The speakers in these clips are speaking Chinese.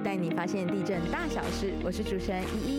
带你发现地震大小事。我是主持人依依。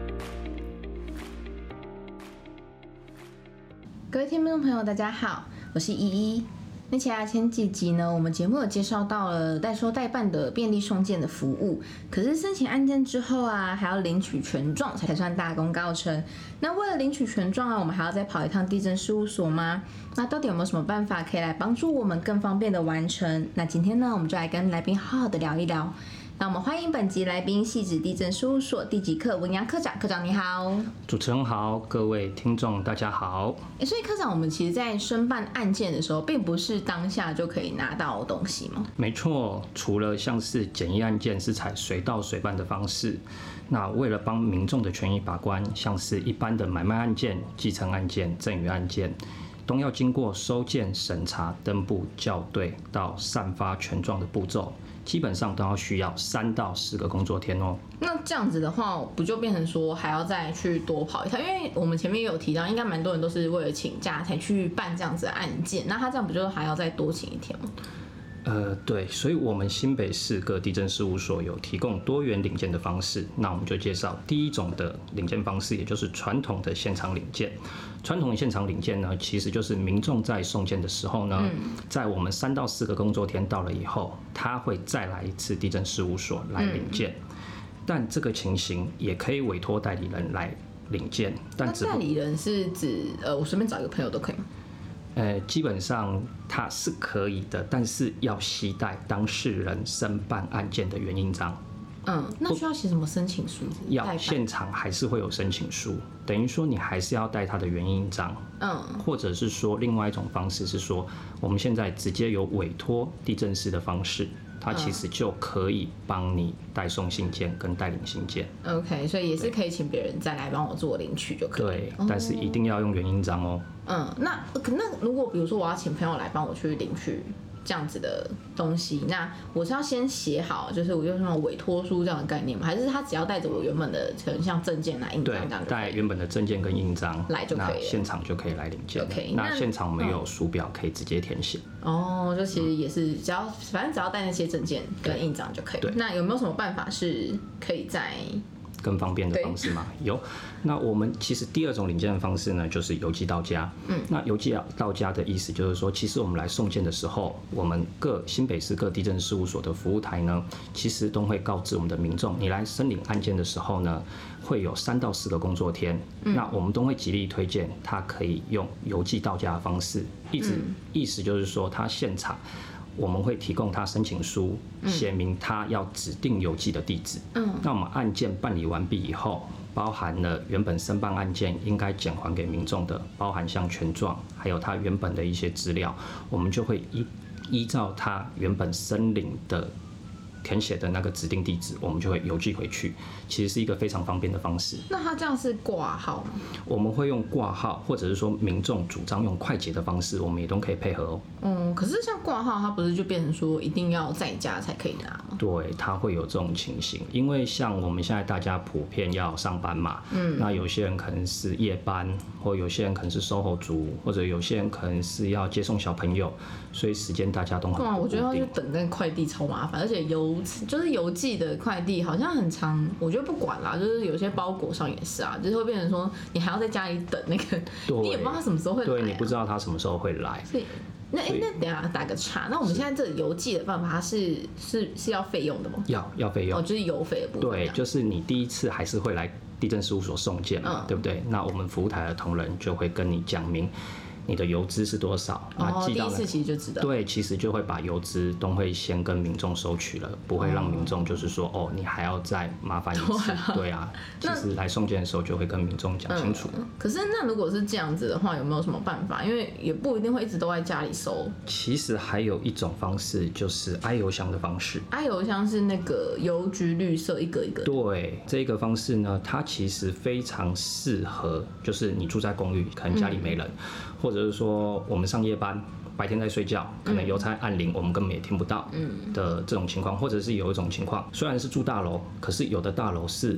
各位听众朋友，大家好，我是依依。那前几集呢，我们节目有介绍到了代收代办的便利送件的服务，可是申请案件之后啊，还要领取权状才算大功告成。那为了领取权状啊，我们还要再跑一趟地震事务所吗？那到底有没有什么办法可以来帮助我们更方便的完成？那今天呢，我们就来跟来宾好好的聊一聊。那我们欢迎本集来宾汐止地震事务所地级课文阳科长。科长你好。 主持人好，各位听众大家好。 所以科长，我们其实在申办案件的时候，并不是当下就可以拿到东西吗？ 没错，除了像是简易案件是采随到随办的方式，那为了帮民众的权益把关，像是一般的买卖案件、继承案件、赠与案件，都要经过收件、审查、登簿、校对到散发权状的步骤，基本上都要需要3到10个工作天哦。 那这样子的话，不就变成说还要再去多跑一趟？因为我们前面也有提到，应该蛮多人都是为了请假才去办这样子的案件，那他这样不就还要再多请一天吗？ 对，所以我们新北市各地震事务所有提供多元领件的方式。那我们就介绍第一种的领件方式，也就是传统的现场领件。传统的现场领件呢，其实就是民众在送件的时候呢，在我们3到4个工作天到了以后，他会再来一次地震事务所来领件。但这个情形也可以委托代理人来领件。但那代理人是指我随便找一个朋友都可以吗？ 基本上它是可以的，但是要携带当事人申办案件的原印章。 那需要写什么申请书？ 要现场还是会有申请书，等于说你还是要带他的原印章。或者是说另外一种方式是说，我们现在直接有委托地震师的方式，他其实就可以帮你代送信件跟代领信件。 OK， 所以也是可以请别人再来帮我做领取就可以。 对，但是一定要用原印章哦。 那如果比如说我要请朋友来帮我去领取这样子的东西，那我是要先写好，就是我用那种委托书这样的概念吗？还是他只要带着我原本的可能像证件印章这样就可以？ 对，带原本的证件跟印章来就可以了， 那现场就可以来领件。 OK， 那现场我们有书表可以直接填写。 就其实也是反正只要带那些证件跟印章就可以。那有没有什么办法是可以在更方便的方式吗？有。那我们其实第二种领件的方式呢，就是邮寄到家。那邮寄到家的意思就是说，其实我们来送件的时候，我们新北市各地震事务所的服务台呢，其实都会告知我们的民众，你来申领案件的时候呢，会有3到4个工作天。那我们都会极力推荐他可以用邮寄到家的方式，意思就是说，他现场我们会提供他申请书，写明他要指定邮寄的地址。那我们案件办理完毕以后，包含了原本申办案件应该检还给民众的，包含像权状，还有他原本的一些资料，我们就会依照他原本申领的填写的那个指定地址，我们就会邮寄回去，其实是一个非常方便的方式。 那他这样是挂号吗？ 我们会用挂号，或者是说民众主张用快捷的方式，我们也都可以配合哦。 可是像挂号，它不是就变成说一定要在家才可以拿吗？ 对，它会有这种情形，因为像我们现在大家普遍要上班嘛，那有些人可能是夜班，或有些人可能是SOHO族，或者有些人可能是要接送小朋友，所以时间大家都很不固定。 我觉得要去等那个快递超麻烦，而且邮寄的快递好像很长，我觉得不管啦，就是有些包裹上也是啊，就是会变成说你还要在家里等那个，你也不知道他什么时候会来。 对，你不知道他什么时候会来。 那等一下打个岔，那我们现在这邮寄的办法，它是要费用的吗？ 要费用就是邮费的部分。 对，就是你第一次还是会来地震事务所送件嘛，对不对？那我们服务台的同仁就会跟你讲明你的邮资是多少， 第一次其实就知道。 对，其实就会把邮资都会先跟民众收取了，不会让民众就是说你还要再麻烦一次。对啊，其实来送件的时候就会跟民众讲清楚。 可是那如果是这样子的话，有没有什么办法？因为也不一定会一直都在家里收。 其实还有一种方式，就是爱邮箱的方式。 爱邮箱是那个邮局绿色一个一个。 对，这个方式呢，它其实非常适合，就是你住在公寓，可能家里没人。或者是说我们上夜班，白天在睡觉，可能邮差按铃，我们根本也听不到的这种情况，或者是有一种情况，虽然是住大楼，可是有的大楼是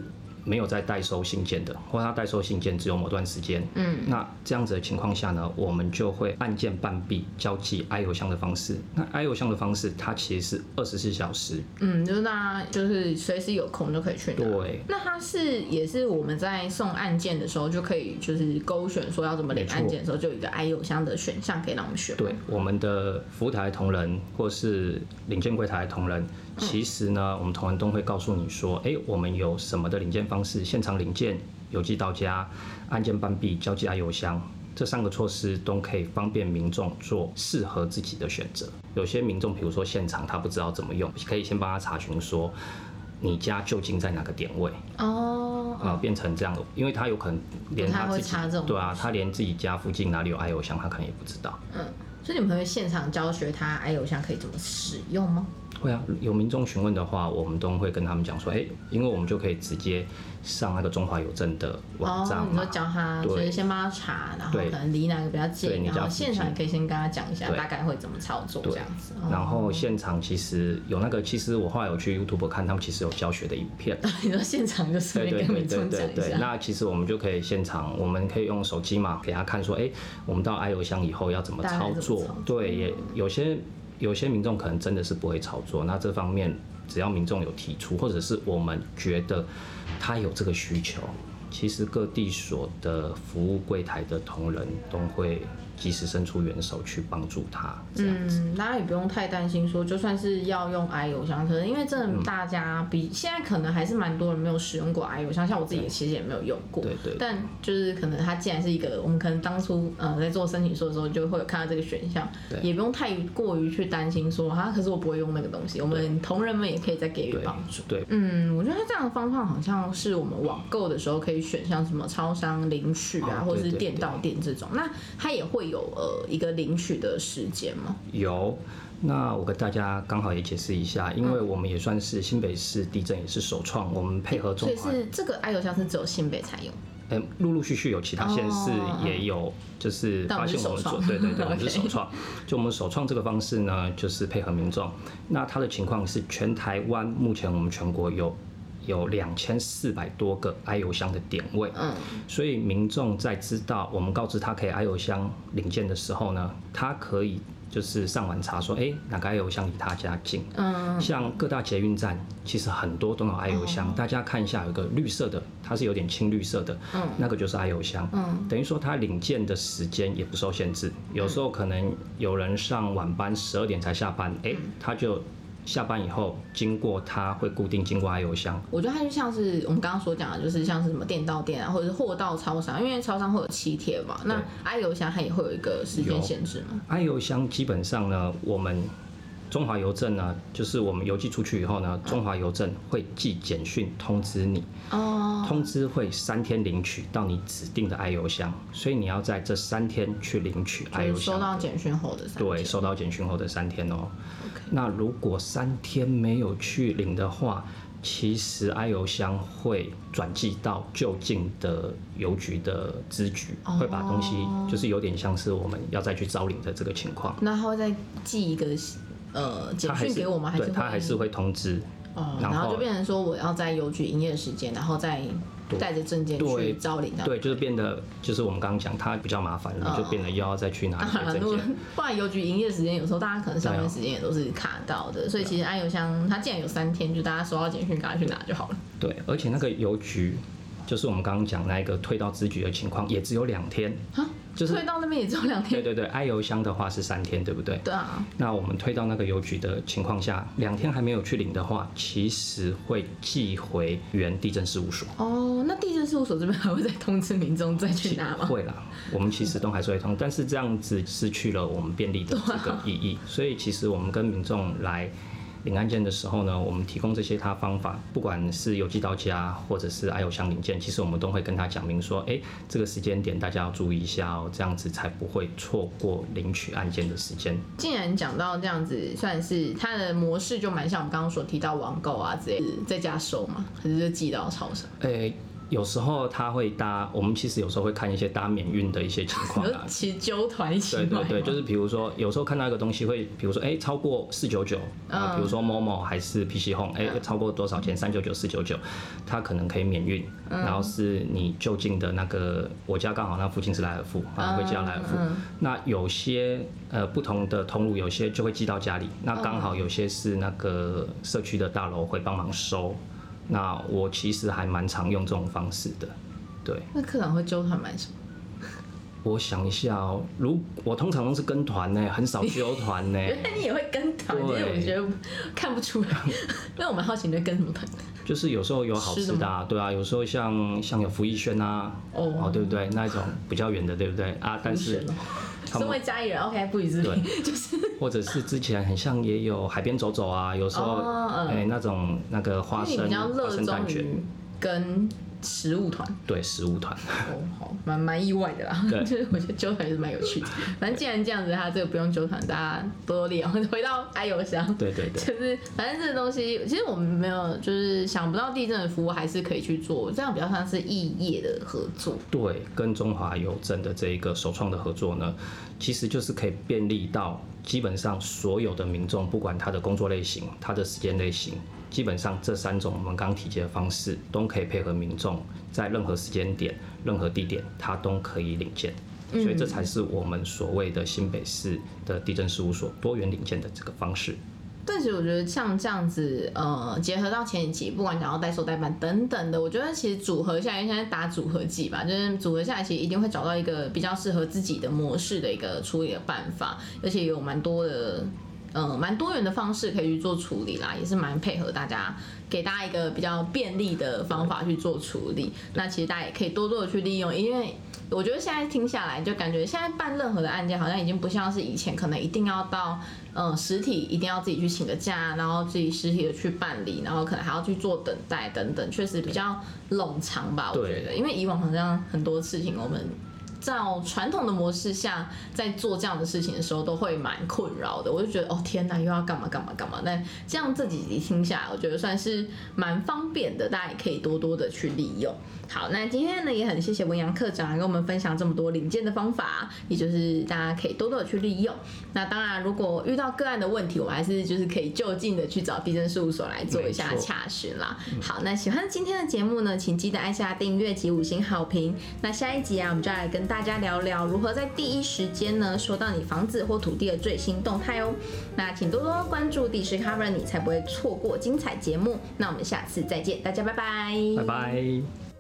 没有在代收信件的，或他代收信件只有某段时间，那这样子的情况下呢，我们就会案件办毕交寄 I 邮箱的方式。那 I 邮箱的方式，它其实是24小时， 就是大家就是随时有空就可以去拿。 对， 那它也是我们在送案件的时候就可以就是勾选说要怎么领案件的时候，就有一个 I 邮箱的选项可以让我们选。 对，我们的服务台的同仁或是领件柜台的同仁，其实呢，我们同仁都会告诉你说，我们有什么的领件方式，现场领件、邮寄到家、案件办毕、交寄 I 邮箱，这3个措施都可以方便民众做适合自己的选择。有些民众，比如说现场他不知道怎么用，可以先帮他查询说，你家究竟在哪个点位？变成这样的，因为他有可能连他自己，对啊，他连自己家附近哪里有 I 邮箱，他可能也不知道。 所以你们会现场教学他 I 邮箱可以怎么使用吗？ 会啊，有民众询问的话，我们都会跟他们讲说，因为我们就可以直接上那个中华邮政的网站嘛。 你说教他，就是先帮他查，然后可能离哪个比较近，然后现场也可以先跟他讲一下大概会怎么操作这样子。 然后现场其实有那个，其实我后来有去 YouTube 看，他们其实有教学的影片。 你说现场就顺便跟民众讲一下。 那其实我们就可以现场，我们可以用手机嘛，给他看说，我们到 I 邮箱以后要怎么操作？对，也有些民众可能真的是不会操作，那这方面只要民众有提出，或者是我们觉得他有这个需求，其实各地所的服务柜台的同仁都会及时伸出援手去帮助他，这样子。 大家也不用太担心说，就算是要用 I 邮箱，可能因为真的大家比现在可能还是蛮多人没有使用过 I 邮箱，像我自己其实也没有用过。 对。 但就是可能它既然是一个，我们可能当初在做申请书的时候就会有看到这个选项，也不用太过于去担心说可是我不会用那个东西，我们同仁们也可以再给予帮助。 对， 我觉得它这样的方法好像是我们网购的时候可以选像什么超商领取或者是店到店这种，那它也会有一个领取的时间吗？ 有，那我跟大家刚好也解释一下，因为我们也算是新北市地震也是首创，我们配合中华， 所以是这个 I 邮箱是只有新北才有。 陆陆续续有其他县市也有，就是发现我们做，对，我们是首创。就我们首创这个方式呢，就是配合民众。那它的情况是，全台湾目前我们全国有2400多个 I 邮箱的点位，所以民众在知道我们告知他可以 I 邮箱领件的时候呢，他可以就是上网查说，哪个 I 邮箱离他家近？像各大捷运站，其实很多都有 I 邮箱，大家看一下，有个绿色的，它是有点青绿色的，那个就是 I 邮箱。等于说他领件的时间也不受限制，有时候可能有人上晚班12点才下班，他就下班以后经过它会固定经过 I 邮箱。 我觉得它就像是我们刚刚所讲的，就是像是什么店到店或者是货到超商，因为超商会有7贴嘛，那 I 邮箱它也会有一个时间限制吗？ I 邮箱基本上呢，我们中华邮政呢，就是我们邮寄出去以后呢，中华邮政会寄简讯通知你，通知会3天领取到你指定的 I 邮箱，所以你要在这3天去领取 I 邮箱。 收到简讯后的3天。 对，收到简讯后的3天哦。那如果3天没有去领的话，其实 I 邮箱会转寄到就近的邮局的支局，会把东西就是有点像是我们要再去招领的这个情况。 那他会再寄一个简讯给我们， 对，他还是会通知。 然后就变成说我要在邮局营业时间，然后再带着证件去招领。 对，就是变得就是我们刚刚讲，它比较麻烦了，就变得又要再去拿一些证件。 不然邮局营业时间有时候大家可能上班时间也都是卡到的，所以其实 I 邮箱它既然有3天，就大家收到简讯赶快去拿就好了。 对，而且那个邮局就是我们刚刚讲那一个退到支局的情况，也只有2天。 就是退到那边也只有2天。 对，I 邮箱的话是3天，对不对？ 对啊。 那我们退到那个邮局的情况下，2天还没有去领的话，其实会寄回原地震事务所。 那地震事务所这边还会再通知民众再去拿吗？ 会啦，我们其实都还是会通，但是这样子失去了我们便利的这个意义。所以其实我们跟民众来领案件的时候呢，我们提供这些他方法，不管是邮寄到家或者是 I 邮箱领件，其实我们都会跟他讲明说，这个时间点大家要注意一下哦，这样子才不会错过领取案件的时间。 既然讲到这样子，算是它的模式就蛮像我们刚刚所提到网购之类的，在家收嘛，还是就寄到超商？ 有时候他会搭，我们其实有时候会看一些搭免运的一些情况啦。 其实揪团一起买。 对，就是比如说有时候看到一个东西会，比如说超过499比如说 Momo 还是 PC Home，超过多少钱399、499，它可能可以免运，然后是你就近的那个，我家刚好那附近是莱尔富，会寄到莱尔富。那有些不同的通路，有些就会寄到家里，那刚好有些是那个社区的大楼会帮忙收。那我其实还蛮常用这种方式的，对。 那科长会揪团买什么？ 我想一下哦，我通常都是跟团呢，很少揪团呢。 原来你也会跟团，其实我觉得看不出来。因为我们好奇你会跟什么团？ 就是有时候有好吃的啊，对啊，有时候像有福义轩啊，对不对？那一种比较远的，对不对啊？但是身为嘉义人 ，OK， 不予置评，就是。 或者是之前很像也有海边走走啊，有时候那种那个花生蛋卷跟食物团， 对，食物团。 好，蛮意外的啦。就是我觉得揪团也是蛮有趣的。反正既然这样子，他这个不用揪团，大家多利用。回到爱邮箱， 对， 就是反正这个东西，其实我们没有，就是想不到地震的服务还是可以去做，这样比较像是异业的合作。 对，跟中华邮政的这一个首创的合作呢，其实就是可以便利到基本上所有的民众，不管他的工作类型、他的时间类型。基本上这3种我们刚提及的方式都可以配合民众，在任何时间点、任何地点，他都可以领件，所以这才是我们所谓的新北市的地震事务所多元领件的这个方式。 但是我觉得像这样子，结合到前几期，不管讲到代收代办等等的，我觉得其实组合下来，现在打组合技吧，就是组合下来，其实一定会找到一个比较适合自己的模式的一个处理的办法，而且有蛮多的。蛮多元的方式可以去做处理啦，也是蛮配合大家，给大家一个比较便利的方法去做处理。那其实大家也可以多多的去利用，因为我觉得现在听下来，就感觉现在办任何的案件，好像已经不像是以前可能一定要到实体，一定要自己去请个假，然后自己实体的去办理，然后可能还要去做等待等等，确实比较冗长吧，我觉得，因为以往好像很多事情我们。照传统的模式下，在做这样的事情的时候，都会蛮困扰的。我就觉得，天哪，又要干嘛。但这样这几集听下来，我觉得算是蛮方便的，大家也可以多多的去利用。好，那今天呢，也很谢谢文扬科长跟我们分享这么多领件的方法，也就是大家可以多多的去利用。那当然，如果遇到个案的问题，我们还是就是可以就近的去找地震事务所来做一下洽询啦。好，那喜欢今天的节目呢，请记得按下订阅及5星好评。那下一集啊，我们就来跟大家聊聊如何在第一时间呢收到你房子或土地的最新动态哦。那请多多关注地势 Cover， 你才不会错过精彩节目。那我们下次再见，大家拜拜， 拜拜。